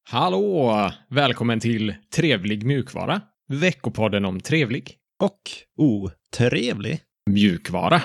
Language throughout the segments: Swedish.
Hallå! Välkommen till Trevlig mjukvara. Veckopodden om trevlig och otrevlig mjukvara.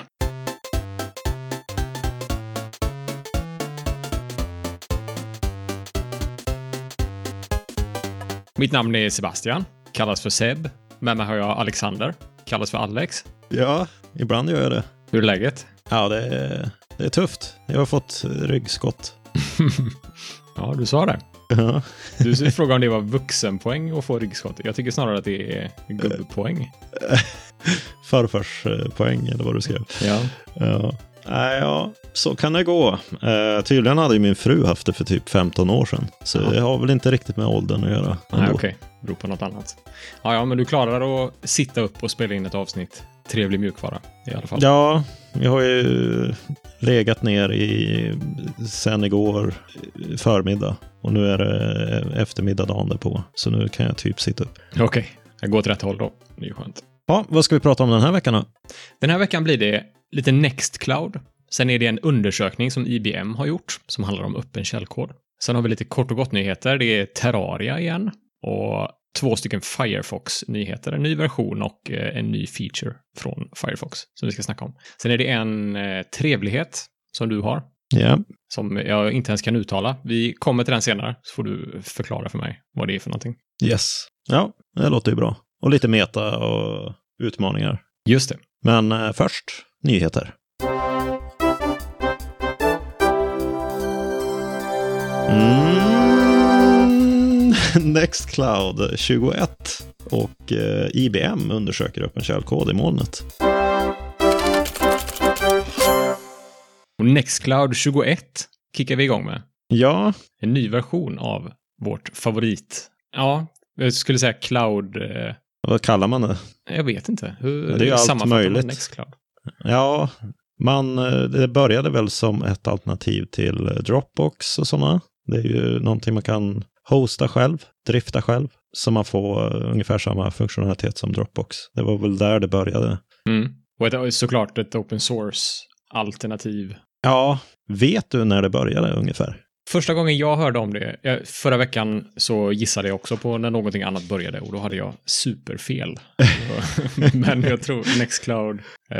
Mitt namn är Sebastian, kallas för Seb. Med mig har jag Alexander, kallas för Alex. Ja, ibland gör jag det. Hur är läget? Ja, det är tufft. Jag har fått ryggskott. Ja, du sa det. Ja. Du frågade om det var vuxenpoäng att få ryggskott. Jag tycker snarare att det är gubbpoäng. Farfarspoäng eller vad du skrev. Ja. Ja, så kan det gå. Tydligen hade ju min fru haft det för typ 15 år sedan. Så det har väl inte riktigt med åldern att göra. Nej, okej. Beror på något annat. Ja, men du klarar att sitta upp och spela in ett avsnitt. Trevlig mjukvara i alla fall. Ja, jag har ju legat ner sen igår förmiddag. Och nu är det eftermiddag dagen därpå. Så nu kan jag typ sitta upp. Okej, jag går åt rätt håll då. Det är ju skönt. Ja, vad ska vi prata om den här veckan då? Den här veckan blir det lite Nextcloud. Sen är det en undersökning som IBM har gjort som handlar om öppen källkod. Sen har vi lite kort och gott nyheter. Det är Terraria igen. Och 2 stycken Firefox-nyheter. En ny version och en ny feature från Firefox som vi ska snacka om. Sen är det en trevlighet som du har. Ja. Som jag inte ens kan uttala. Vi kommer till den senare så får du förklara för mig vad det är för någonting. Yes. Ja, det låter ju bra. Och lite meta och utmaningar. Just det. Men först, nyheter. Nextcloud 21 och IBM undersöker öppen källkod i molnet. Och Nextcloud 21 kickar vi igång med. Ja. En ny version av vårt favorit. Ja, jag skulle säga cloud. Vad kallar man det? Jag vet inte. Hur det är ju allt möjligt. Nextcloud? Ja, det började väl som ett alternativ till Dropbox och sådana. Det är ju någonting man kan hosta själv, drifta själv. Så man får ungefär samma funktionalitet som Dropbox. Det var väl där det började. Och såklart ett open source-alternativ. Ja, vet du när det började ungefär? Första gången jag hörde om det, förra veckan så gissade jag också på när någonting annat började och då hade jag superfel. Men jag tror Nextcloud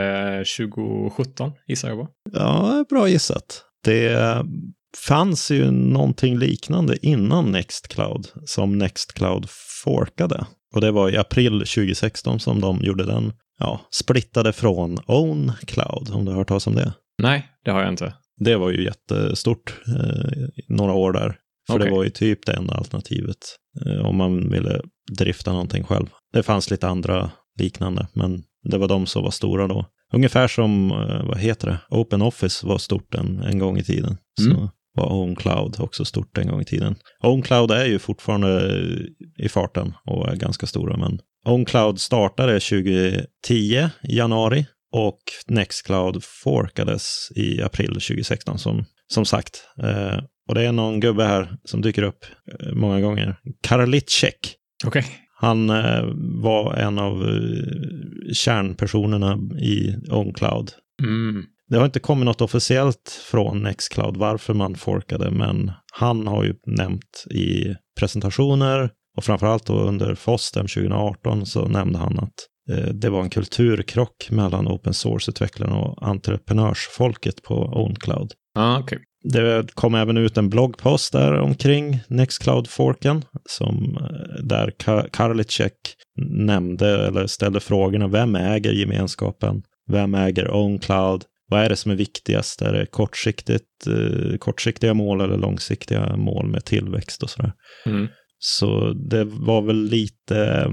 2017 gissar jag på. Ja, bra gissat. Det fanns ju någonting liknande innan Nextcloud som Nextcloud forkade. Och det var i april 2016 som de gjorde den, splittade från OwnCloud, om du har hört talas om det. Nej, det har jag inte. Det var ju jättestort några år där. För Okay. Det var ju typ det enda alternativet om man ville drifta någonting själv. Det fanns lite andra liknande, men det var de som var stora då. Ungefär som, OpenOffice var stort en gång i tiden. Så var OwnCloud också stort en gång i tiden. OwnCloud är ju fortfarande i farten och är ganska stora, men OwnCloud startade 2010 i januari. Och Nextcloud forkades i april 2016 som sagt. Och det är någon gubbe här som dyker upp många gånger. Karliczek. Okej. Han var en av kärnpersonerna i OwnCloud. Det har inte kommit något officiellt från Nextcloud varför man forkade, men han har ju nämnt i presentationer och framförallt då under FOSDEM 2018 så nämnde han att det var en kulturkrock mellan open source-utvecklarna och entreprenörsfolket på OwnCloud. Okay. Det kom även ut en bloggpost där omkring Nextcloud-forken där Karliczek nämnde eller ställde frågorna: vem äger gemenskapen? Vem äger OwnCloud? Vad är det som är viktigast? Är det kortsiktiga mål eller långsiktiga mål med tillväxt och sådär? Så det var väl lite,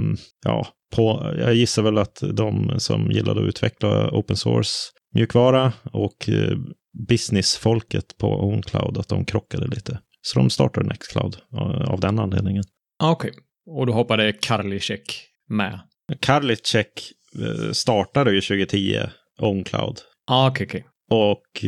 jag gissar väl att de som gillade att utveckla open source mjukvara och businessfolket på OwnCloud, att de krockade lite. Så de startade Nextcloud av den anledningen. Okej. Och då hoppade Karliczek med. Karliczek startade ju 2010 OwnCloud. Okej. Och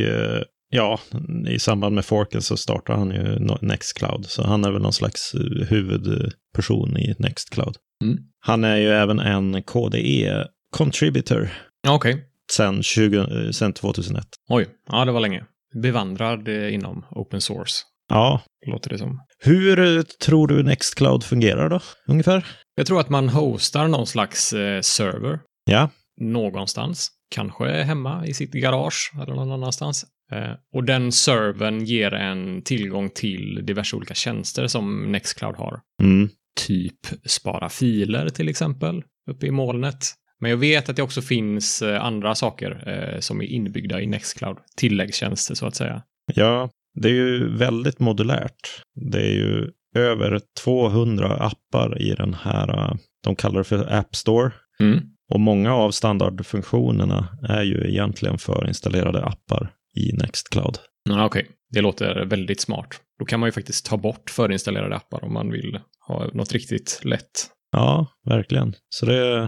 i samband med forken så startade han ju Nextcloud. Så han är väl någon slags huvudperson i Nextcloud. Han är ju även en KDE-contributor. Okej. Sen 2001. Oj, ja det var länge. Bevandrad inom open source. Ja. Låter det som. Hur tror du Nextcloud fungerar då, ungefär? Jag tror att man hostar någon slags server Ja. någonstans. Kanske hemma i sitt garage eller någon annanstans. Och den servern ger en tillgång till diverse olika tjänster som Nextcloud har. Typ spara filer till exempel uppe i molnet. Men jag vet att det också finns andra saker som är inbyggda i Nextcloud. Tilläggstjänster så att säga. Ja, det är ju väldigt modulärt. Det är ju över 200 appar i den här, de kallar det för App Store. Och många av standardfunktionerna är ju egentligen förinstallerade appar i Nextcloud. Ja, okej. Det låter väldigt smart. Då kan man ju faktiskt ta bort förinstallerade appar om man vill ha något riktigt lätt. Ja, verkligen. Så det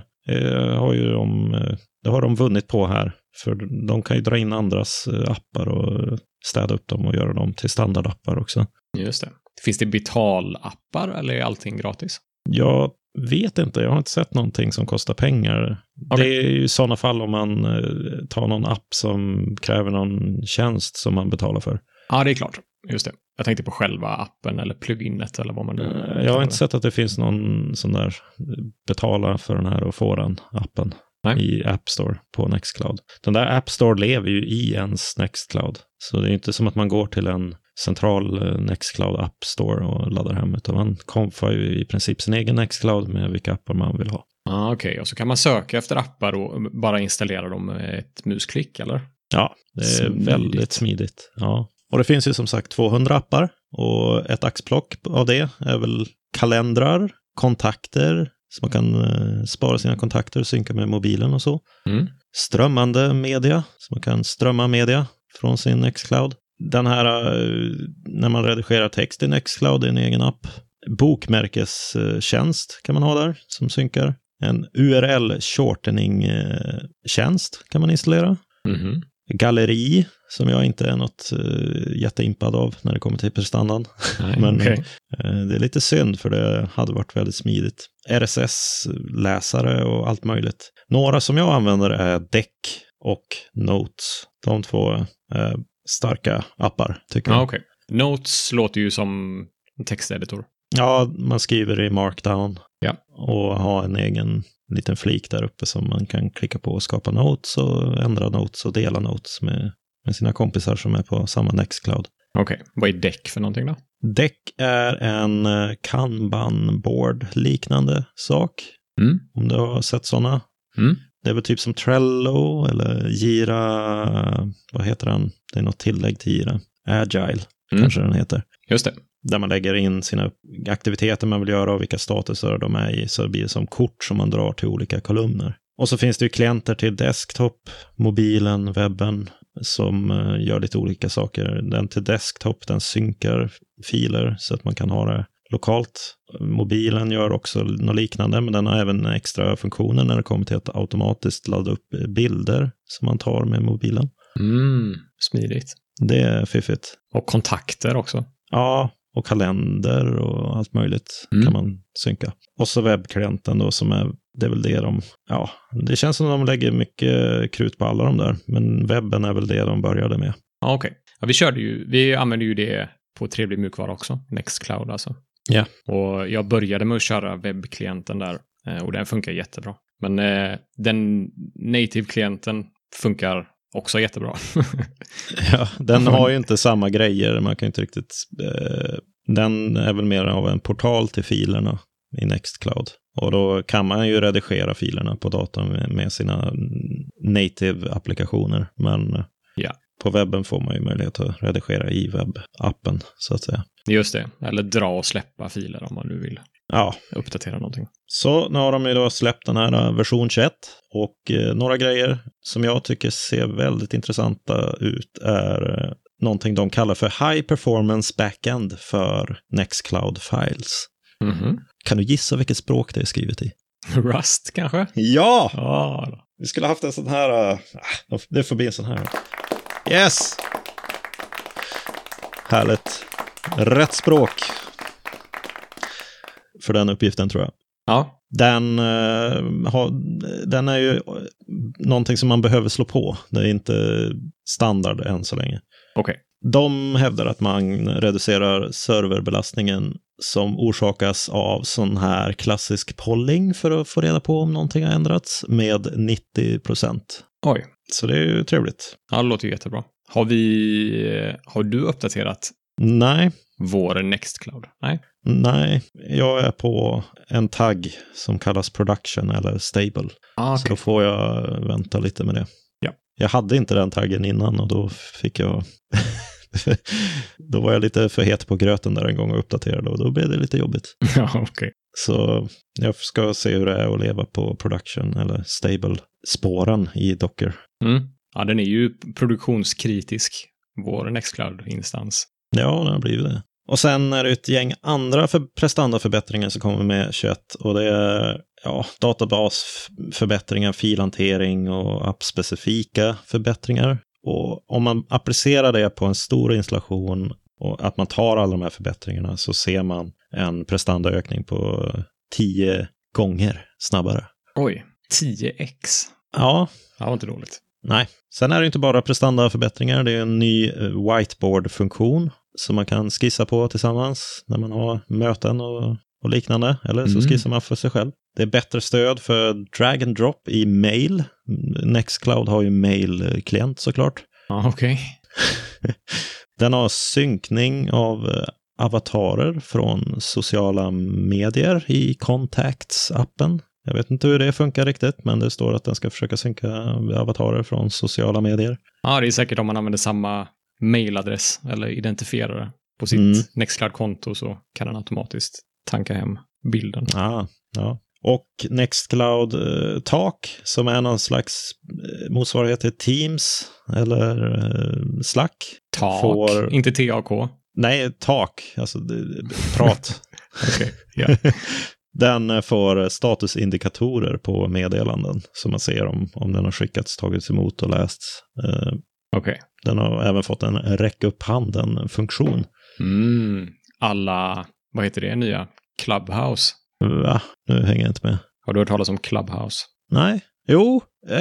har de vunnit på här. För de kan ju dra in andras appar och städa upp dem och göra dem till standardappar också. Just det. Finns det betalappar eller är allting gratis? Jag vet inte. Jag har inte sett någonting som kostar pengar. Okay. Det är ju i sådana fall om man tar någon app som kräver någon tjänst som man betalar för. Ja, det är klart. Just det. Jag tänkte på själva appen eller pluginet eller vad man nu... Jag har inte sett att det finns någon sån där betala för den här och få den appen. I App Store på Nextcloud. Den där App Store lever ju i ens Nextcloud. Så det är inte som att man går till en central Nextcloud App Store och laddar hem. Utan man konfar ju i princip sin egen Nextcloud med vilka appar man vill ha. Okej. Och så kan man söka efter appar och bara installera dem med ett musklick, eller? Ja, det är väldigt smidigt. Ja. Och det finns ju som sagt 200 appar. Och ett axplock av det är väl kalendrar, kontakter, så man kan spara sina kontakter och synka med mobilen och så. Strömmande media, så man kan strömma media från sin Nextcloud. Den här, när man redigerar text i Nextcloud, är en egen app. Bokmärkestjänst kan man ha där, som synkar. En URL-shortening-tjänst kan man installera. Galleri, som jag inte är något jätteimpad av när det kommer till prestandan. Men det är lite synd, för det hade varit väldigt smidigt. RSS-läsare och allt möjligt. Några som jag använder är Deck och Notes. De två är starka appar, tycker jag. Okay. Notes låter ju som en texteditor. Ja, man skriver i Markdown. Ja. Och har en egen liten flik där uppe som man kan klicka på och skapa notes och ändra notes och dela notes med sina kompisar som är på samma Nextcloud. Okej. Vad är Deck för någonting då? Deck är en Kanban-board liknande sak. Om du har sett sådana. Det är väl typ som Trello eller Jira. Vad heter den? Det är något tillägg till Jira. Agile kanske den heter. Just det. Där man lägger in sina aktiviteter man vill göra och vilka statusar de är i. Så det blir som kort som man drar till olika kolumner. Och så finns det ju klienter till desktop, mobilen, webben som gör lite olika saker. Den till desktop, den synkar filer så att man kan ha det lokalt. Mobilen gör också något liknande, men den har även extra funktioner när det kommer till att automatiskt ladda upp bilder som man tar med mobilen. Smidigt. Det är fiffigt. Och kontakter också. Ja, och kalender och allt möjligt kan man synka. Och så webbklienten då som är, det är väl det det känns som att de lägger mycket krut på alla de där. Men webben är väl det de började med. Ja, okej. Ja, vi använder ju det på trevlig mjukvara också. Nextcloud alltså. Ja. Och jag började med att köra webbklienten där. Och den funkar jättebra. Men den native-klienten funkar också jättebra. Ja, den har ju inte samma grejer. Man kan inte riktigt... den är väl mer av en portal till filerna i Nextcloud. Och då kan man ju redigera filerna på datorn med sina native-applikationer. Men på webben får man ju möjlighet att redigera i webbappen, så att säga. Just det. Eller dra och släppa filer om man nu vill uppdatera någonting. Så nu har de ju då släppt den här version 21. Och några grejer som jag tycker ser väldigt intressanta ut är någonting de kallar för High Performance Backend för Nextcloud Files. Kan du gissa vilket språk det är skrivet i? Rust kanske? Ja! Vi skulle ha haft en sån här... det får bli en sån här. Yes! Härligt. Rätt språk för den uppgiften, tror jag. Ja. Den är ju någonting som man behöver slå på. Det är inte standard än så länge. Okej. De hävdar att man reducerar serverbelastningen som orsakas av sån här klassisk polling för att få reda på om någonting har ändrats med 90%. Oj. Så det är ju trevligt. Ja, det låter ju jättebra. Har du uppdaterat Nej. vår Nextcloud? Nej, jag är på en tagg som kallas production eller stable. Okay. Så då får jag vänta lite med det. Ja. Jag hade inte den taggen innan och då fick jag... då var jag lite för het på gröten där en gång och uppdaterade och då blev det lite jobbigt. Ja, okej. Okay. Så jag ska se hur det är att leva på production eller stable spåren i Docker. Ja, den är ju produktionskritisk, vår Nextcloud-instans. Ja, den har blivit det. Och sen är det ett gäng andra prestandaförbättringar som kommer med 21 och det är databasförbättringar, filhantering och appspecifika förbättringar. Och om man applicerar det på en stor installation och att man tar alla de här förbättringarna så ser man en prestandaökning på 10 gånger snabbare. Oj, 10x. Ja. Det var inte dåligt. Nej. Sen är det inte bara prestandaförbättringar, det är en ny whiteboard-funktion som man kan skissa på tillsammans när man har möten och liknande. Eller så skissar man för sig själv. Det är bättre stöd för drag and drop i mail. Nextcloud har ju mail-klient såklart. Ja, okej. Den har synkning av avatarer från sociala medier i Contacts-appen. Jag vet inte hur det funkar riktigt, men det står att den ska försöka synka avatarer från sociala medier. Ja, det är säkert om man använder samma mailadress eller identifierare på sitt Nextcloud-konto så kan den automatiskt tanka hem bilden. Ja. Och Nextcloud Talk som är någon slags motsvarighet till Teams eller Slack. Talk, inte TAK. Nej, Talk, alltså prat. Okej, ja. Den får statusindikatorer på meddelanden så man ser om den har skickats, tagits emot och lästs. Okej. Den har även fått en räcka upp handen-funktion. Alla, vad heter det nya? Clubhouse. Va? Nu hänger jag inte med. Har du hört talas om Clubhouse? Nej. Jo,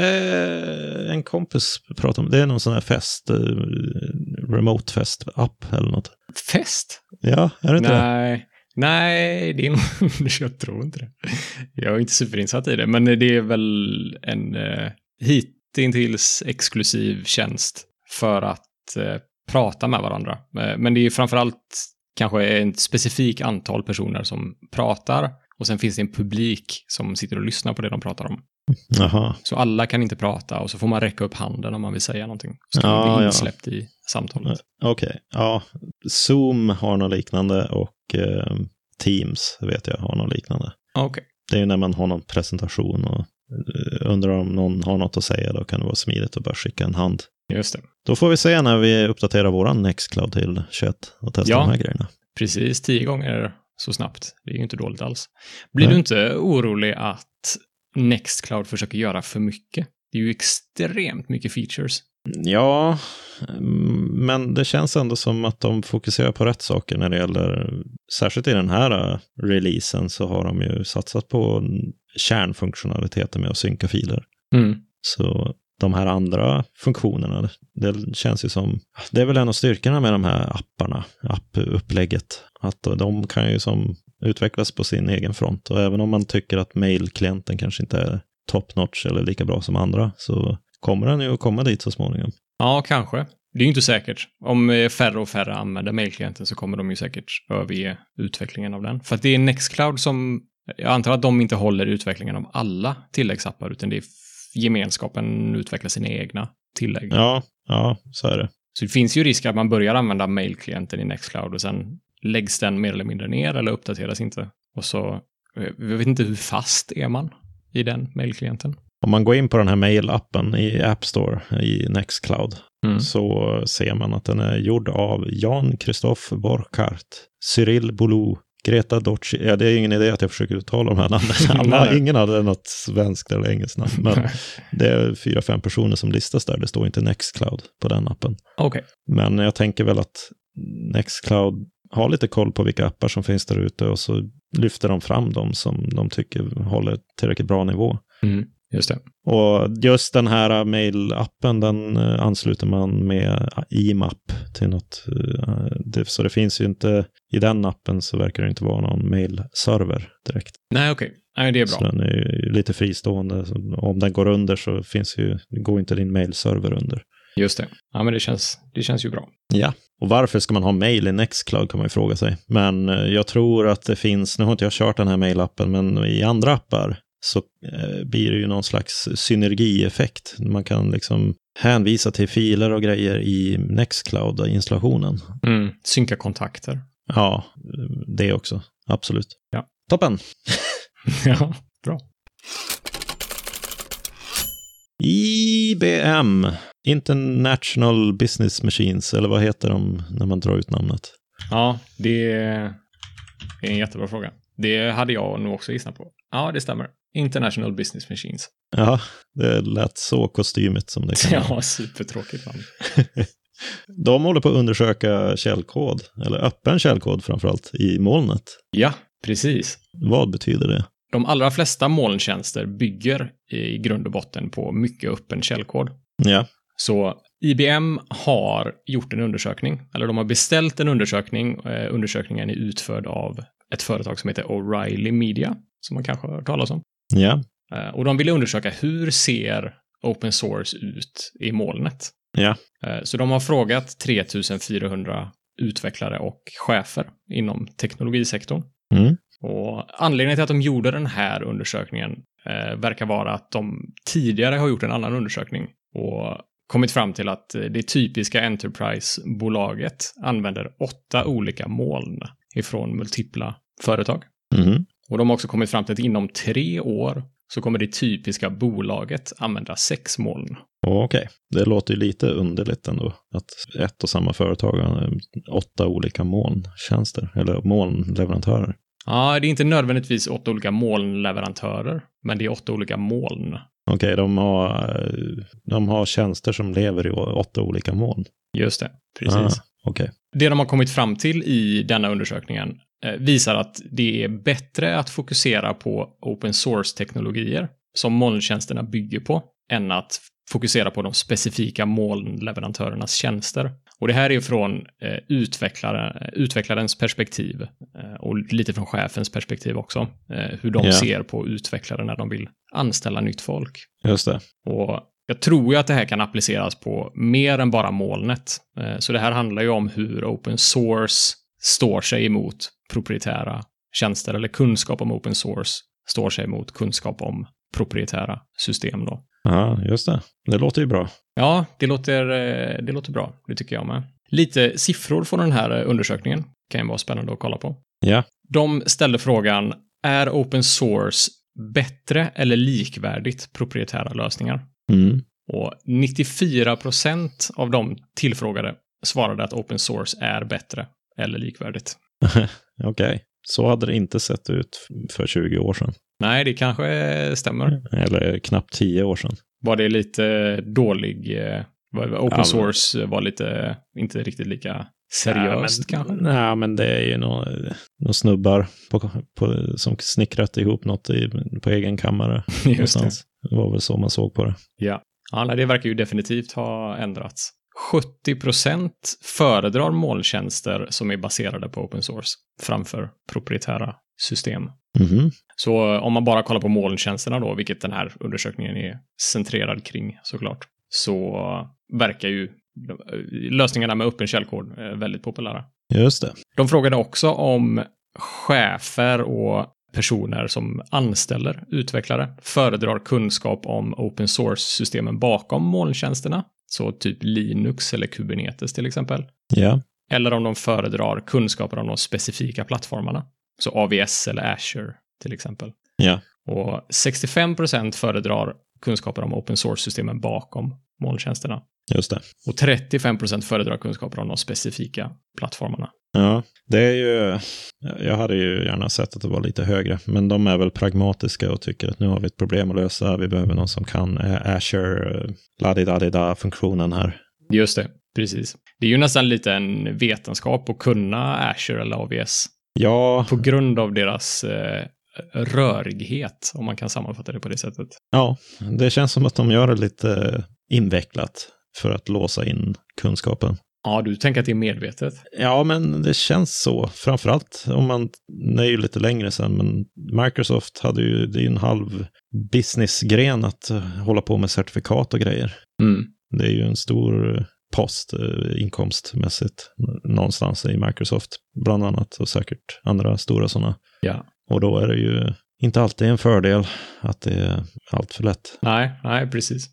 en kompis pratar om det. Är någon sån här fest, remote fest-app eller något. Fest? Ja, är det inte det? Nej, det är nog, jag tror inte det. Jag är inte superinsatt i det, men det är väl en hittills exklusiv tjänst för att prata med varandra. Men det är framförallt kanske ett specifikt antal personer som pratar och sen finns det en publik som sitter och lyssnar på det de pratar om. Aha. Så alla kan inte prata och så får man räcka upp handen om man vill säga någonting. Så kan man bli insläppt i samtalet. Okej. Ja. Zoom har något liknande och Teams vet jag har något liknande. Okej. Det är ju när man har någon presentation och undrar om någon har något att säga, då kan det vara smidigt att bara skicka en hand. Just det. Då får vi se när vi uppdaterar våran Nextcloud till 21 och testa de här grejerna. Precis, 10 gånger så snabbt. Det är ju inte dåligt alls. Blir du inte orolig att Nextcloud försöker göra för mycket? Det är ju extremt mycket features. Ja, men det känns ändå som att de fokuserar på rätt saker när det gäller, särskilt i den här releasen så har de ju satsat på kärnfunktionaliteten med att synka filer. Så de här andra funktionerna, det känns ju som, det är väl en av styrkorna med de här apparna, appupplägget, att de kan ju som utvecklas på sin egen front och även om man tycker att mail-klienten kanske inte är top notch eller lika bra som andra så kommer den ju att komma dit så småningom. Ja, kanske. Det är ju inte säkert. Om färre och färre använder mail-klienten så kommer de ju säkert överge utvecklingen av den. För att det är Nextcloud som, jag antar att de inte håller utvecklingen av alla tilläggsappar utan det är gemenskapen utvecklar sina egna tillägg. Ja, så är det. Så det finns ju risk att man börjar använda mail-klienten i Nextcloud och sen läggs den mer eller mindre ner eller uppdateras inte. Och så, jag vet inte hur fast är man i den mail-klienten. Om man går in på den här mail-appen i App Store i Nextcloud så ser man att den är gjord av Jan-Christophe Borchardt, Cyril Boulou, Greta Docci. Ja, det är ingen idé att jag försöker uttala de här namnen. Ingen hade något svenskt eller engelskt namn. Men det är 4-5 personer som listas där. Det står inte Nextcloud på den appen. Okay. Men jag tänker väl att Nextcloud har lite koll på vilka appar som finns där ute och så lyfter de fram dem som de tycker håller tillräckligt bra nivå. Just det. Och just den här mail-appen, den ansluter man med IMAP till något. Så det finns ju inte, i den appen så verkar det inte vara någon mail-server direkt. Nej, okej. Nej, det är bra. Så den är ju lite fristående. Så om den går under så går inte din mail-server under. Just det. Ja, men det känns ju bra. Ja, och varför ska man ha mail i Nextcloud kan man ju fråga sig. Men jag tror att det finns, nu har inte jag kört den här mail-appen, men i andra appar så blir det ju någon slags synergieffekt. Man kan liksom hänvisa till filer och grejer i Nextcloud-installationen. Synka kontakter. Ja, det också. Absolut. Ja. Toppen! Ja, bra. IBM, International Business Machines, eller vad heter de när man drar ut namnet? Ja, det är en jättebra fråga. Det hade jag nog också gissat på. Ja, det stämmer. International Business Machines. Ja, det lät så kostymigt som det kan. Ja, supertråkigt namn. De håller på att undersöka källkod, eller öppen källkod framförallt, i molnet. Ja, precis. Vad betyder det? De allra flesta molntjänster bygger i grund och botten på mycket öppen källkod. Ja. Så IBM har gjort en undersökning, eller de har beställt en undersökning. Undersökningen är utförd av ett företag som heter O'Reilly Media, som man kanske har hört talas om. Ja. Och de ville undersöka hur ser open source ut i molnet. Ja. Så de har frågat 3400 utvecklare och chefer inom teknologisektorn. Mm. Och anledningen till att de gjorde den här undersökningen verkar vara att de tidigare har gjort en annan undersökning och kommit fram till att det typiska Enterprise-bolaget använder 8 olika moln ifrån multipla företag. Mm. Och de har också kommit fram till att inom 3 år så kommer det typiska bolaget använda 6 moln. Okej, det låter ju lite underligt ändå att ett och samma företag har 8 olika molntjänster eller molnleverantörer. Ja, det är inte nödvändigtvis 8 olika molnleverantörer, men det är 8 olika moln. Okej, de har tjänster som lever i 8 olika moln. Just det, precis. Okej. Det de har kommit fram till i denna undersökningen visar att det är bättre att fokusera på open source-teknologier som molntjänsterna bygger på än att fokusera på de specifika molnleverantörernas tjänster. Och det här är från utvecklarens perspektiv och lite från chefens perspektiv också. Hur de ser på utvecklare när de vill anställa nytt folk. Just det. Och jag tror ju att det här kan appliceras på mer än bara molnet. Så det här handlar ju om hur open source står sig emot proprietära tjänster, eller kunskap om open source står sig emot kunskap om proprietära system då. Ja, just det. Det låter ju bra. Ja, det låter bra. Det tycker jag med. Lite siffror från den här undersökningen kan ju vara spännande att kolla på. Ja. De ställde frågan, är open source bättre eller likvärdigt proprietära lösningar? Mm. Och 94% av de tillfrågade svarade att open source är bättre eller likvärdigt. Okej. Så hade det inte sett ut för 20 år sedan. Nej, det kanske stämmer. Eller knappt 10 år sedan. Var det lite dålig... Open source var lite inte riktigt lika seriöst kanske? Nej, men det är ju några snubbar som snickrat ihop något på egen kammare. Just det. Det var väl så man såg på det. Ja, nej, det verkar ju definitivt ha ändrats. 70% föredrar molntjänster som är baserade på open source framför proprietära system. Mm-hmm. Så om man bara kollar på molntjänsterna då, vilket den här undersökningen är centrerad kring såklart, så verkar ju lösningarna med öppen källkod väldigt populära. Just det. De frågade också om chefer och personer som anställer utvecklare föredrar kunskap om open source-systemen bakom molntjänsterna. Så typ Linux eller Kubernetes till exempel. Ja. Eller om de föredrar kunskaper om de specifika plattformarna. Så AWS eller Azure till exempel. Ja. Och 65% föredrar kunskaper om open source-systemen bakom molntjänsterna. Just det. Och 35% föredrar kunskaper om de specifika plattformarna. Ja, det är ju... Jag hade ju gärna sett att det var lite högre. Men de är väl pragmatiska och tycker att nu har vi ett problem att lösa. Vi behöver någon som kan Azure, la-di-da-di-da-funktionen här. Just det, precis. Det är ju nästan lite en vetenskap att kunna Azure eller AWS. Ja. På grund av deras rörighet, om man kan sammanfatta det på det sättet. Ja, det känns som att de gör det lite invecklat för att låsa in kunskapen. Ja, du tänker att det är medvetet? Ja, men det känns så. Framförallt om man, det är ju lite längre sedan, men Microsoft hade ju, det är ju en halv businessgren att hålla på med certifikat och grejer. Mm. Det är ju en stor post inkomstmässigt någonstans i Microsoft bland annat, och säkert andra stora sådana. Ja. Och då är det ju inte alltid en fördel att det är allt för lätt. Nej, precis.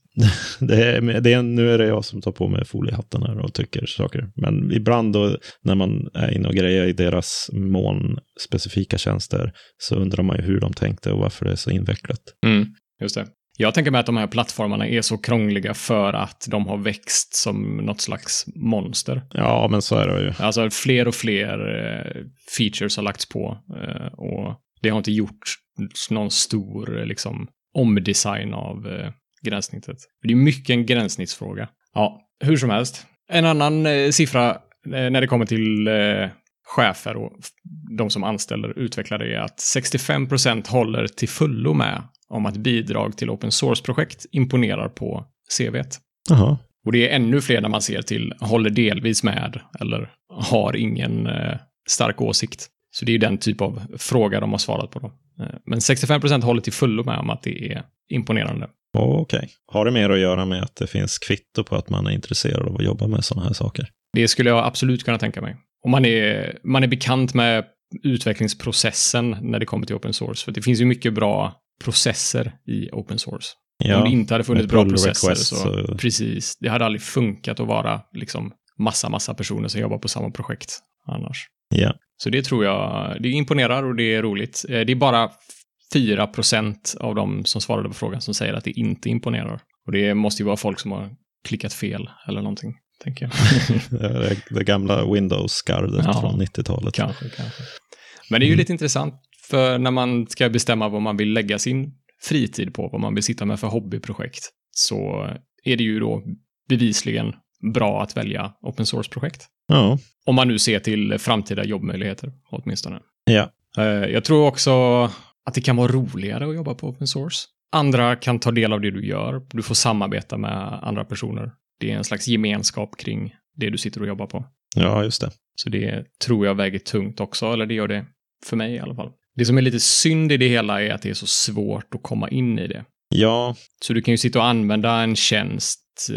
Nu är det jag som tar på mig foliehatten här och tycker saker. Men ibland då, när man är inne och grejer i deras specifika tjänster, så undrar man ju hur de tänkte och varför det är så invecklat. Just det. Jag tänker mig att de här plattformarna är så krångliga för att de har växt som något slags monster. Ja, men så är det ju. Alltså fler och fler features har lagts på och det har inte gjort någon stor liksom omdesign av gränssnittet. Det är mycket en gränssnittsfråga. Ja, hur som helst. En annan siffra när det kommer till chefer och de som anställer utvecklare är att 65% håller till fullo med om att bidrag till open source-projekt imponerar på CV:t. Jaha. Och det är ännu fler när man ser till håller delvis med eller har ingen stark åsikt. Så det är den typ av fråga de har svarat på då. Men 65% håller till fullo med om att det är imponerande. Okej. Har det mer att göra med att det finns kvitto på att man är intresserad av att jobba med sådana här saker? Det skulle jag absolut kunna tänka mig. Om man är bekant med utvecklingsprocessen när det kommer till open source. För det finns ju mycket bra processer i open source. Ja, om det inte hade funnits bra processer så precis. Det hade aldrig funkat att vara liksom massa personer som jobbar på samma projekt annars. Ja. Så det tror jag, det imponerar och det är roligt. Det är bara 4% av de som svarade på frågan som säger att det inte imponerar. Och det måste ju vara folk som har klickat fel eller någonting, tänker jag. det gamla Windows-gardet från 90-talet. Kanske. Men det är ju lite intressant, för när man ska bestämma vad man vill lägga sin fritid på, vad man vill sitta med för hobbyprojekt, så är det ju då bevisligen bra att välja open source-projekt. Ja. Om man nu ser till framtida jobbmöjligheter, åtminstone. Ja. Jag tror också att det kan vara roligare att jobba på open source. Andra kan ta del av det du gör. Du får samarbeta med andra personer. Det är en slags gemenskap kring det du sitter och jobbar på. Ja, just det. Så det tror jag väger tungt också, eller det gör det för mig i alla fall. Det som är lite synd i det hela är att det är så svårt att komma in i det. Ja. Så du kan ju sitta och använda en tjänst.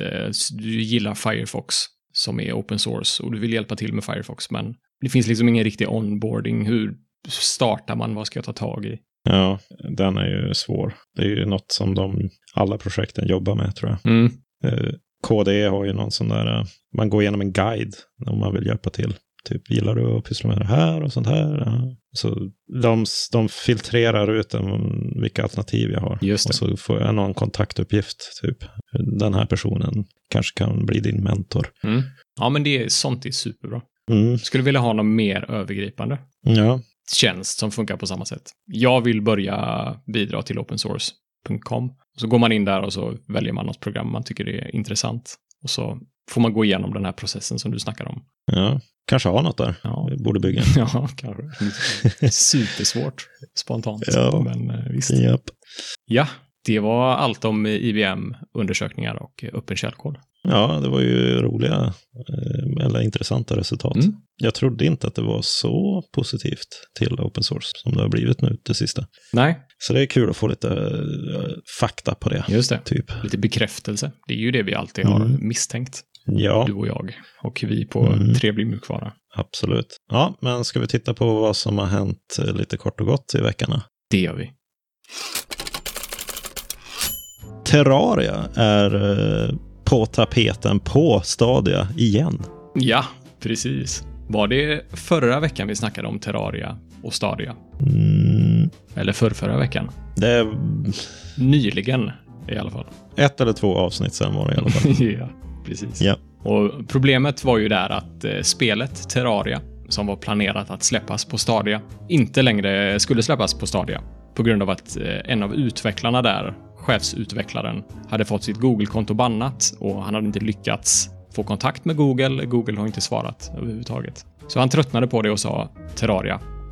Du gillar Firefox som är open source och du vill hjälpa till med Firefox, men det finns liksom ingen riktig onboarding. Hur startar man? Vad ska jag ta tag i? Ja, den är ju svår. Det är ju något som alla projekten jobbar med, tror jag. Mm. KDE har ju någon sån där, man går igenom en guide om man vill hjälpa till. Typ, gillar du att pyssla med det här och sånt här? Ja. Så de filtrerar ut vilka alternativ jag har. Just det. Och så får jag någon kontaktuppgift. Typ, den här personen kanske kan bli din mentor. Mm. Ja, men sånt är superbra. Mm. Skulle vilja ha något mer övergripande. Ja. Tjänst som funkar på samma sätt. Jag vill börja bidra till opensource.com. Så går man in där och så väljer man något program man tycker är intressant. Och så får man gå igenom den här processen som du snackar om. Ja, kanske ha något där. Ja. Vi borde bygga. Ja, kanske. Supersvårt spontant. Ja. Men visst. Japp. Ja, det var allt om IBM-undersökningar och öppen källkod. Ja, det var ju roliga eller intressanta resultat. Mm. Jag trodde inte att det var så positivt till open source som det har blivit nu det sista. Nej. Så det är kul att få lite fakta på det. Just det. Typ. Lite bekräftelse. Det är ju det vi alltid har misstänkt. Ja. Du och jag. Och vi på Trevlig mjukvara. Absolut. Ja, men ska vi titta på vad som har hänt lite kort och gott i veckorna? Det gör vi. Terraria är på tapeten på Stadia igen. Ja, precis. Var det förra veckan vi snackade om Terraria och Stadia? Eller förra veckan? Det är nyligen i alla fall. 1 eller 2 avsnitt sen var det i alla fall. Ja, precis. Ja. Och problemet var ju där att spelet Terraria, som var planerat att släppas på Stadia, inte längre skulle släppas på Stadia. På grund av att en av utvecklarna där, chefsutvecklaren, hade fått sitt Google-konto bannat och han hade inte lyckats få kontakt med Google. Google har inte svarat överhuvudtaget. Så han tröttnade på det och sa: Terraria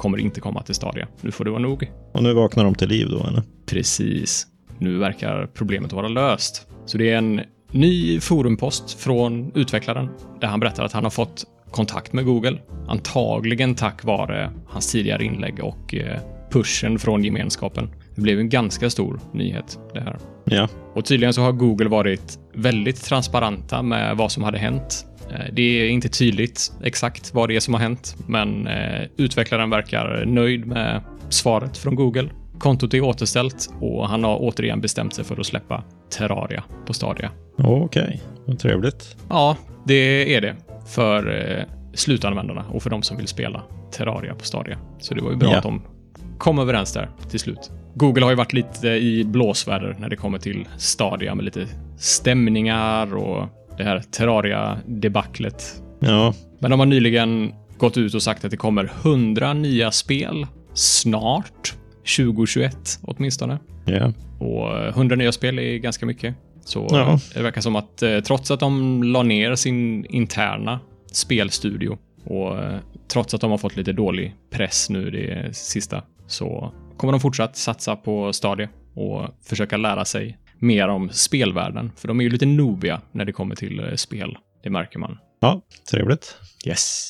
kommer inte komma till Stadia. Nu får det vara nog. Och nu vaknar de till liv då, eller? Precis. Nu verkar problemet vara löst. Så det är en ny forumpost från utvecklaren där han berättar att han har fått kontakt med Google. Antagligen tack vare hans tidigare inlägg och pushen från gemenskapen. Det blev en ganska stor nyhet det här. Ja. Och tydligen så har Google varit väldigt transparenta med vad som hade hänt. Det är inte tydligt exakt vad det är som har hänt, men utvecklaren verkar nöjd med svaret från Google. Kontot är återställt och han har återigen bestämt sig för att släppa Terraria på Stadia. Okej, vad trevligt. Ja, det är det för slutanvändarna och för de som vill spela Terraria på Stadia. Så det var ju bra att de kom överens där till slut. Google har ju varit lite i blåsväder när det kommer till Stadia med lite stämningar och det här Terraria-debaclet. Ja. Men de har nyligen gått ut och sagt att det kommer 100 nya spel snart. 2021 åtminstone. Ja. Och 100 nya spel är ganska mycket. Så det verkar som att trots att de la ner sin interna spelstudio och trots att de har fått lite dålig press nu det sista, så kommer de fortsatt satsa på Stadia och försöka lära sig mer om spelvärlden. För de är ju lite noobiga när det kommer till spel. Det märker man. Ja, trevligt. Yes.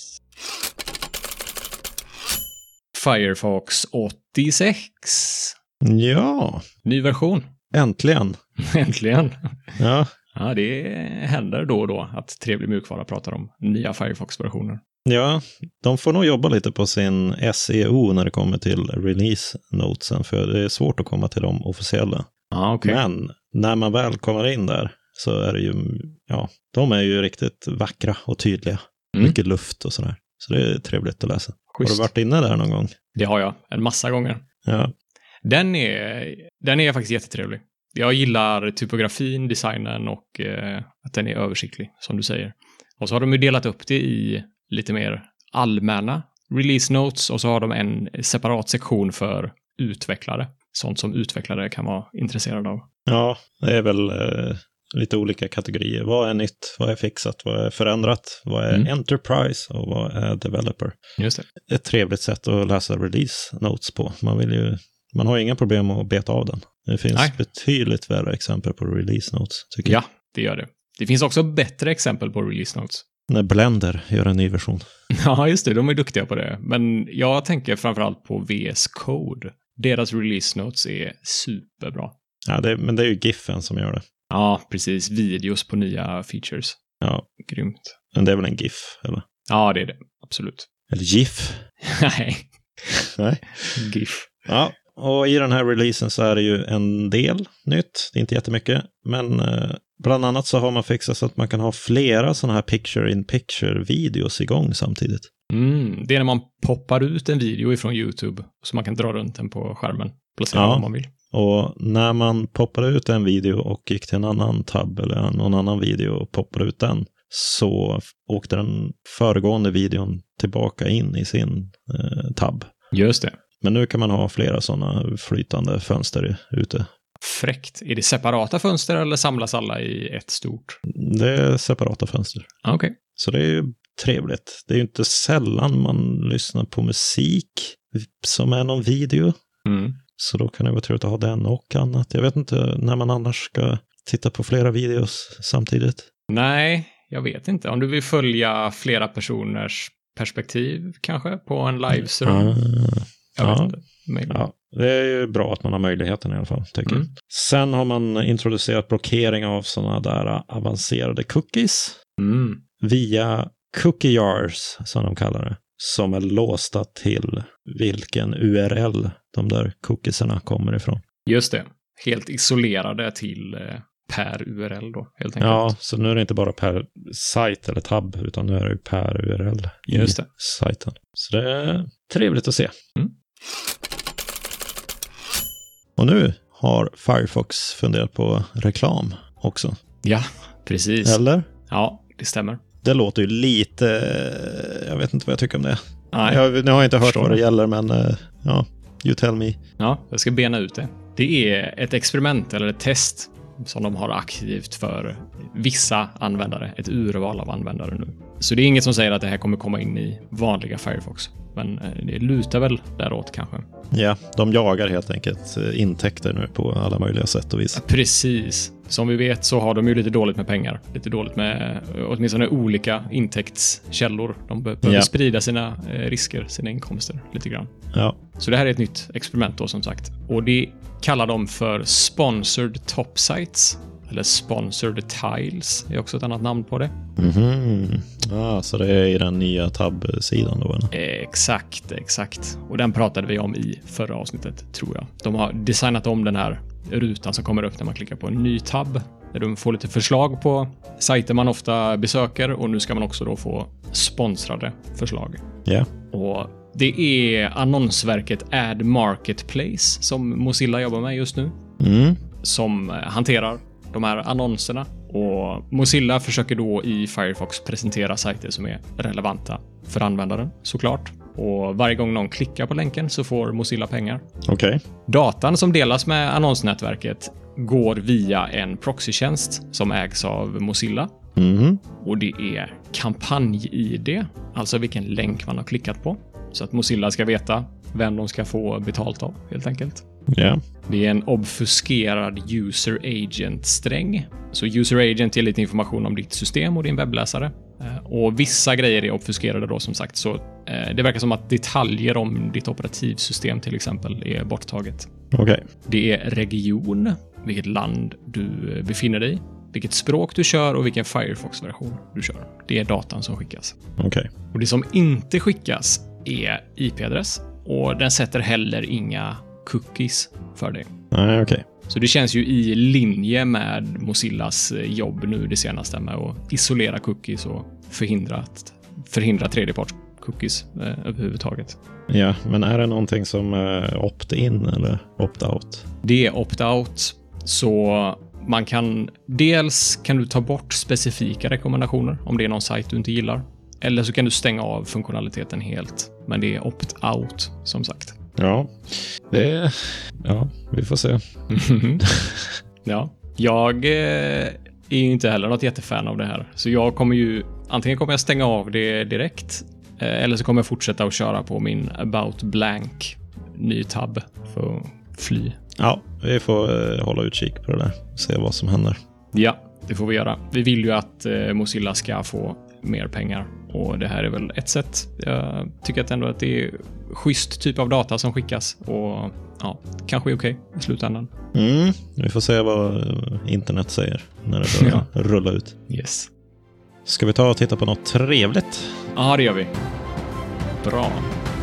Firefox 86. Ja. Ny version. Äntligen. Äntligen. Ja. Ja, det händer då och då att Trevlig Mjukvara pratar om nya Firefox-versioner. Ja, de får nog jobba lite på sin SEO när det kommer till release-notesen, för det är svårt att komma till de officiella. Ah, okay. Men när man väl kommer in där så är det ju, de är ju riktigt vackra och tydliga. Mycket luft och sådär. Så det är trevligt att läsa. Schysst. Har du varit inne där någon gång? Det har jag, en massa gånger. Ja. Den är faktiskt jättetrevlig. Jag gillar typografin, designen och att den är översiktlig, som du säger. Och så har de ju delat upp det i lite mer allmänna release notes och så har de en separat sektion för utvecklare. Sånt som utvecklare kan vara intresserade av. Ja, det är väl lite olika kategorier. Vad är nytt? Vad är fixat? Vad är förändrat? Vad är enterprise? Och vad är developer? Just det. Ett trevligt sätt att läsa release notes på. Man har inga problem att beta av den. Det finns betydligt värre exempel på release notes, tycker jag. Ja, det gör det. Det finns också bättre exempel på release notes. När Blender gör en ny version. Ja, just det. De är duktiga på det. Men jag tänker framförallt på VS Code. Deras release notes är superbra. Ja, men det är ju GIFen som gör det. Ja, precis. Videos på nya features. Ja. Grymt. Men det är väl en GIF, eller? Ja, det är det. Absolut. Eller GIF? Nej. Nej. GIF. Ja, och i den här releasen så är det ju en del nytt. Det är inte jättemycket. Men bland annat så har man fixat så att man kan ha flera sådana här picture-in-picture-videos igång samtidigt. Det är när man poppar ut en video ifrån YouTube så man kan dra runt den på skärmen. Placera om man vill. Och när man poppade ut en video och gick till en annan tab eller någon annan video och poppade ut den, så åkte den föregående videon tillbaka in i sin tab. Just det. Men nu kan man ha flera sådana flytande fönster ute. Fräckt. Är det separata fönster eller samlas alla i ett stort? Det är separata fönster. Okej. Så det är ju trevligt. Det är ju inte sällan man lyssnar på musik som är någon video. Så då kan det vara trevligt att ha den och annat. Jag vet inte när man annars ska titta på flera videos samtidigt. Nej, jag vet inte. Om du vill följa flera personers perspektiv kanske på en livestream. Jag vet inte. Ja, det är ju bra att man har möjligheten i alla fall, tycker jag. Sen har man introducerat blockering av sådana där avancerade cookies via cookie jars, som de kallar det, som är låsta till vilken URL de där cookiesarna kommer ifrån. Just det. Helt isolerade till per URL då, helt enkelt. Ja, så nu är det inte bara per sajt eller tab, utan nu är det per URL i sajten. Så det är trevligt att se. Och nu har Firefox funderat på reklam också. Ja, precis. Eller? Ja, det stämmer. Det låter ju lite... Jag vet inte vad jag tycker om det. Nej, nu har jag inte hört vad det gäller, men you tell me. Ja, jag ska bena ut det. Det är ett experiment eller ett test som de har aktivt för vissa användare. Ett urval av användare nu. Så det är inget som säger att det här kommer komma in i vanliga Firefox. Men det lutar väl däråt kanske. Ja, de jagar helt enkelt intäkter nu på alla möjliga sätt och vis. Precis. Som vi vet så har de ju lite dåligt med pengar. Lite dåligt med åtminstone olika intäktskällor. De behöver sprida sina risker, sina inkomster lite grann. Ja. Så det här är ett nytt experiment då som sagt. Och det kallar de för Sponsored Top Sites. Eller Sponsored Tiles är också ett annat namn på det. Så det är i den nya tab-sidan då? Eller? Exakt. Och den pratade vi om i förra avsnittet, tror jag. De har designat om den här rutan som kommer upp när man klickar på en ny tab. Där de får lite förslag på sajter man ofta besöker. Och nu ska man också då få sponsrade förslag. Ja. Och det är annonsverket Ad Marketplace som Mozilla jobbar med just nu. Som hanterar de här annonserna. Och Mozilla försöker då i Firefox presentera sajter som är relevanta för användaren, såklart. Och varje gång någon klickar på länken så får Mozilla pengar. Okej. Datan som delas med annonsnätverket går via en proxytjänst som ägs av Mozilla. Och det är kampanj-ID, alltså vilken länk man har klickat på. Så att Mozilla ska veta vem de ska få betalt av, helt enkelt. Ja. Det är en obfuskerad user agent-sträng. Så user agent ger lite information om ditt system och din webbläsare. Och vissa grejer är obfuskerade då, som sagt. Så det verkar som att detaljer om ditt operativsystem till exempel är borttaget. Okej. Det är region, vilket land du befinner dig i, vilket språk du kör och vilken Firefox-version du kör. Det är datan som skickas. Okej. Och det som inte skickas är IP-adress. Och den sätter heller inga cookies för dig. Nej, okej. Så det känns ju i linje med Mozillas jobb nu det senaste med att isolera cookies och förhindra tredjeparts-cookies överhuvudtaget. Ja, men är det någonting som är opt-in eller opt-out? Det är opt-out, så man kan du ta bort specifika rekommendationer om det är någon sajt du inte gillar. Eller så kan du stänga av funktionaliteten helt. Men det är opt-out, som sagt. Ja, vi får se. Ja, jag är ju inte heller något jättefan av det här. Så jag kommer antingen kommer jag stänga av det direkt. Eller så kommer jag fortsätta att köra på min About Blank ny tab för att fly. Ja, vi får hålla utkik på det där. Se vad som händer. Ja, det får vi göra. Vi vill ju att Mozilla ska få mer pengar. Och det här är väl ett sätt. Jag tycker ändå att det är schysst typ av data som skickas. Och ja, kanske är okej i slutändan. Vi får se vad internet säger när det börjar rulla ut. Yes. Ska vi ta och titta på något trevligt? Ja, det gör vi. Bra.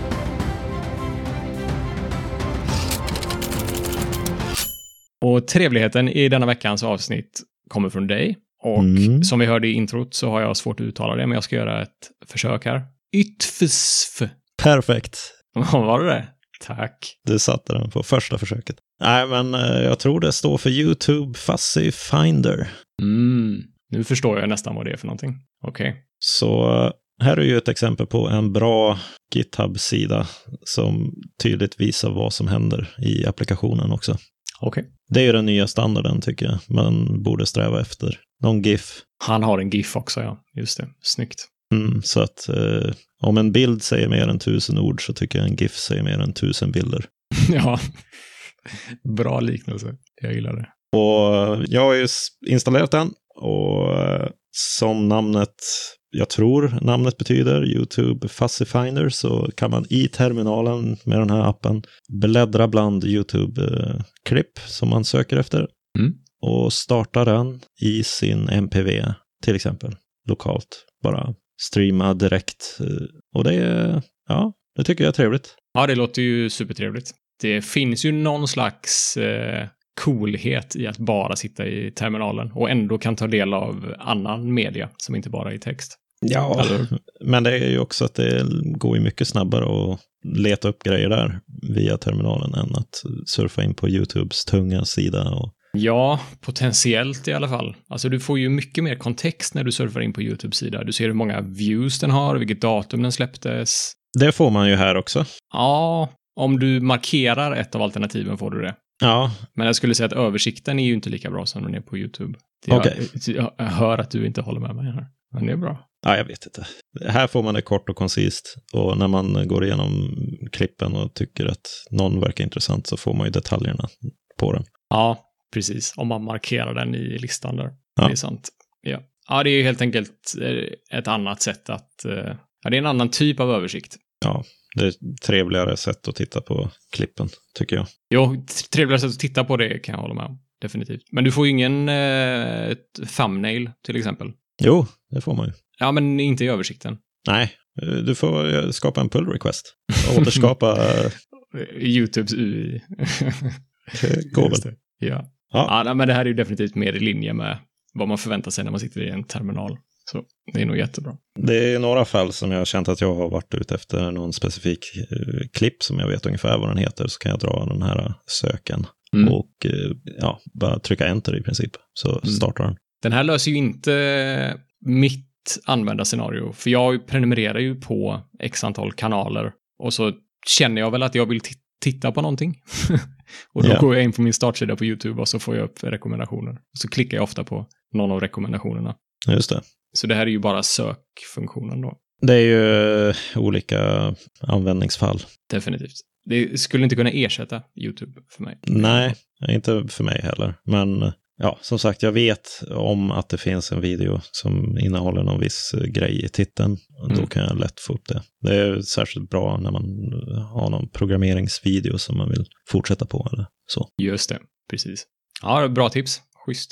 Och trevligheten i denna veckans avsnitt kommer från dig. Och som vi hörde i introt så har jag svårt att uttala det, men jag ska göra ett försök här. Ytfsf. Perfekt. Vad var det? Tack. Du satte den på första försöket. Nej, men jag tror det står för YouTube Fuzzy Finder. Nu förstår jag nästan vad det är för någonting. Okej. Så här är ju ett exempel på en bra GitHub-sida som tydligt visar vad som händer i applikationen också. Okej. Det är ju den nya standarden, tycker jag. Man borde sträva efter någon GIF. Han har en GIF också, ja. Just det. Snyggt. Så att om en bild säger mer än 1000 ord så tycker jag en GIF säger mer än 1000 bilder. Ja. Bra liknelse. Jag gillar det. Och jag har ju installerat den och som jag tror namnet betyder, YouTube Fuzzy Finder, så kan man i terminalen med den här appen bläddra bland YouTube-klipp som man söker efter och starta den i sin MPV till exempel, lokalt. Bara streama direkt. Och det tycker jag är trevligt. Ja, det låter ju supertrevligt. Det finns ju någon slags coolhet i att bara sitta i terminalen och ändå kan ta del av annan media som inte bara är i text. Ja, men det är ju också att det går ju mycket snabbare att leta upp grejer där via terminalen än att surfa in på YouTubes tunga sida. Ja, potentiellt i alla fall. Alltså du får ju mycket mer kontext när du surfar in på YouTube-sida. Du ser hur många views den har, vilket datum den släpptes. Det får man ju här också. Ja, om du markerar ett av alternativen får du det. Ja. Men jag skulle säga att översikten är ju inte lika bra som den är på YouTube. Jag hör att du inte håller med mig här. Men det är bra. Ja, jag vet inte. Här får man det kort och koncist. Och när man går igenom klippen och tycker att någon verkar intressant så får man ju detaljerna på den. Ja, precis. Om man markerar den i listan där. Ja. Det är sant. Ja, det är helt enkelt ett annat sätt att... Ja, det är en annan typ av översikt. Ja, det är ett trevligare sätt att titta på klippen, tycker jag. Jo, trevligare sätt att titta på det kan jag hålla med om. Definitivt. Men du får ju ingen thumbnail till exempel. Jo, det får man ju. Ja, men inte i översikten. Nej, du får skapa en pull request. Och återskapa... YouTubes UI. Går väl. Ja, men det här är ju definitivt mer i linje med vad man förväntar sig när man sitter i en terminal. Så det är nog jättebra. Det är några fall som jag har känt att jag har varit ute efter någon specifik klipp som jag vet ungefär vad den heter, så kan jag dra den här söken och bara trycka enter i princip, så startar den. Den här löser ju inte mitt användarscenario, för jag prenumererar ju på x antal kanaler och så känner jag väl att jag vill titta på någonting. Och då går jag in på min startsida på YouTube och så får jag upp rekommendationer. Så klickar jag ofta på någon av rekommendationerna. Just det. Så det här är ju bara sökfunktionen då. Det är ju olika användningsfall. Definitivt. Det skulle inte kunna ersätta YouTube för mig. Nej, inte för mig heller. Men ja, som sagt, jag vet om att det finns en video som innehåller någon viss grej i titeln. Då kan jag lätt få upp det. Det är särskilt bra när man har någon programmeringsvideo som man vill fortsätta på eller så. Just det, precis. Ja, bra tips. Schysst.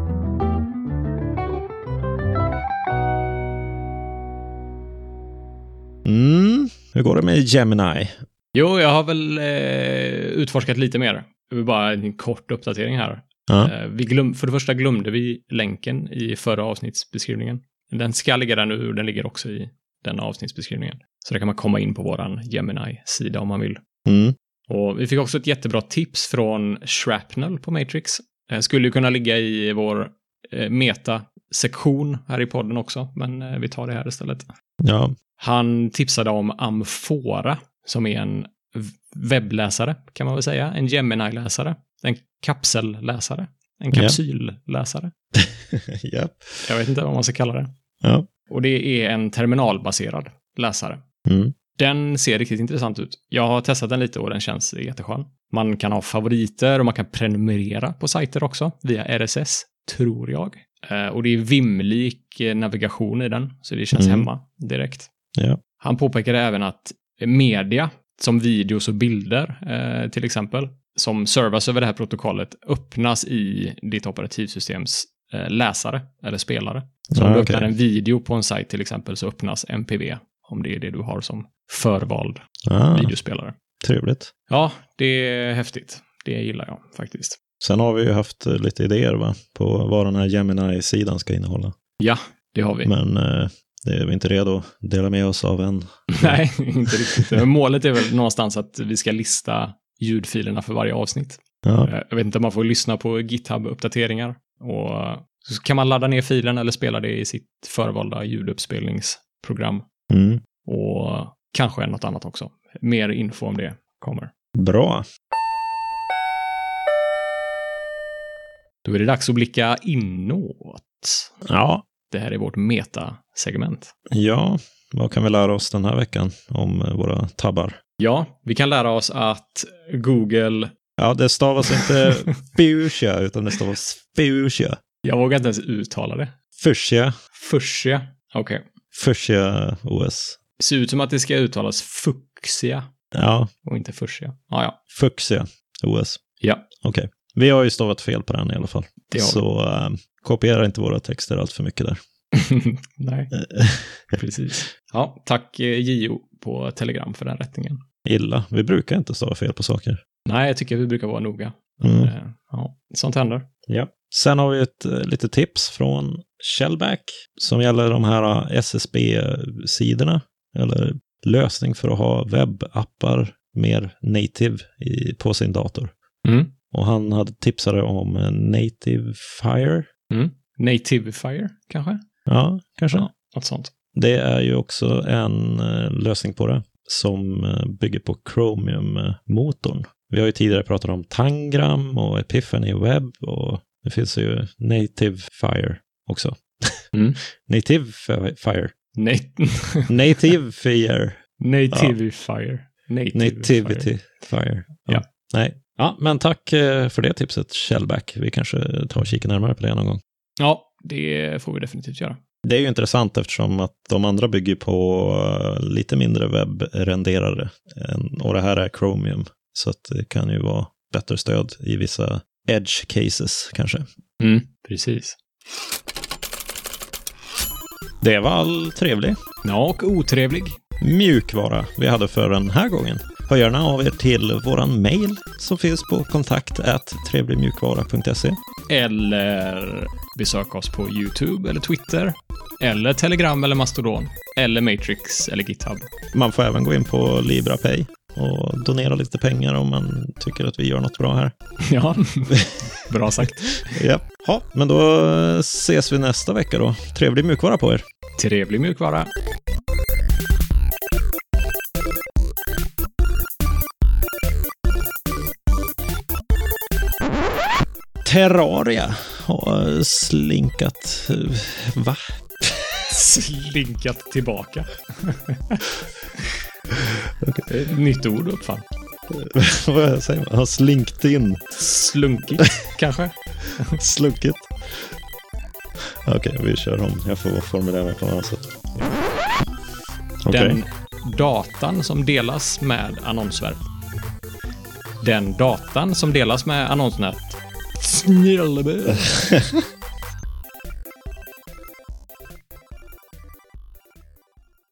Hur går det med Gemini? Jo, jag har väl utforskat lite mer. Det var bara en kort uppdatering här. Ja. För det första glömde vi länken i förra avsnittsbeskrivningen. Den ska ligga där nu och den ligger också i den avsnittsbeskrivningen. Så där kan man komma in på våran Gemini-sida om man vill. Och vi fick också ett jättebra tips från Shrapnel på Matrix. Skulle ju kunna ligga i vår meta-sektion här i podden också, men vi tar det här istället. Ja. Han tipsade om Amphora, som är en webbläsare kan man väl säga. En Gemini-läsare. En kapselläsare. En kapsylläsare. Yep. Jag vet inte vad man ska kalla det. Ja. Och det är en terminalbaserad läsare. Den ser riktigt intressant ut. Jag har testat den lite och den känns jätteskön. Man kan ha favoriter och man kan prenumerera på sajter också via RSS, tror jag. Och det är vimlik navigation i den, så det känns hemma direkt. Ja. Han påpekade även att media, som videos och bilder till exempel, som servas över det här protokollet öppnas i ditt operativsystems läsare eller spelare. Så om du öppnar en video på en sajt till exempel så öppnas MPV, om det är det du har som förvald videospelare. Trevligt. Ja, det är häftigt. Det gillar jag faktiskt. Sen har vi ju haft lite idéer på vad den här Gemini-sidan ska innehålla. Ja, det har vi. Men det är vi inte redo att dela med oss av än. Nej, inte riktigt. Men målet är väl någonstans att vi ska lista ljudfilerna för varje avsnitt. Ja. Jag vet inte om man får lyssna på GitHub-uppdateringar. Och så kan man ladda ner filen eller spela det i sitt förvalda ljuduppspelningsprogram. Och kanske något annat också. Mer info om det kommer. Bra. Då är det dags att blicka inåt. Ja. Det här är vårt meta-segment. Ja, vad kan vi lära oss den här veckan om våra tabbar? Ja, vi kan lära oss att Google... Ja, det stavas inte Fuchsia, utan det stavas Fuchsia. Jag vågar inte ens uttala det. Fuchsia. Fuchsia, okej. Okay. Fuchsia OS. Det ser ut som att det ska uttalas Fuchsia. Ja. Och inte Fuchsia. Ja. Fuchsia OS. Ja. Okej. Vi har ju stavat fel på den i alla fall. Så kopiera inte våra texter allt för mycket där. Nej, precis. Ja, tack JO på Telegram för den rättningen. Illa. Vi brukar inte stava fel på saker. Nej, jag tycker vi brukar vara noga. Ja, sånt händer. Ja. Sen har vi ett litet tips från Shellback som gäller de här SSB-sidorna. Eller lösning för att ha webbappar mer native på sin dator. Och han hade tipsade om Nativefire. Nativefire, kanske? Ja, kanske. Ja, något sånt. Det är ju också en lösning på det som bygger på Chromium-motorn. Vi har ju tidigare pratat om Tangram och Epiphany Web och det finns ju Nativefire också. Native Fire. Native Fire. Nativity Fire. Ja. Nej. Ja, men tack för det tipset, Shellback. Vi kanske tar och kikar närmare på det någon gång. Ja, det får vi definitivt göra. Det är ju intressant eftersom att de andra bygger på lite mindre webbrenderare. Och det här är Chromium. Så att det kan ju vara bättre stöd i vissa edge cases kanske. Precis. Det var all trevlig. Ja, och otrevlig. Mjukvara vi hade för den här gången. Hör gärna av er till våran mail som finns på kontakt@trevligmjukvara.se. Eller besök oss på YouTube eller Twitter. Eller Telegram eller Mastodon. Eller Matrix eller GitHub. Man får även gå in på LibraPay och donera lite pengar om man tycker att vi gör något bra här. Ja, bra sagt. Ja, men då ses vi nästa vecka då. Trevlig mjukvara på er. Trevlig mjukvara. Terraria har slinkat... Va? Slinkat tillbaka. Okay. Ett nytt ord uppfann. Vad säger man? Har slinkt in. Slunkit, kanske? Slunkit. Okej, vi kör om. Jag får formulera mig på något sätt. Den datan som delas med annonsverk. Den datan som delas med annonsnät. Snälla.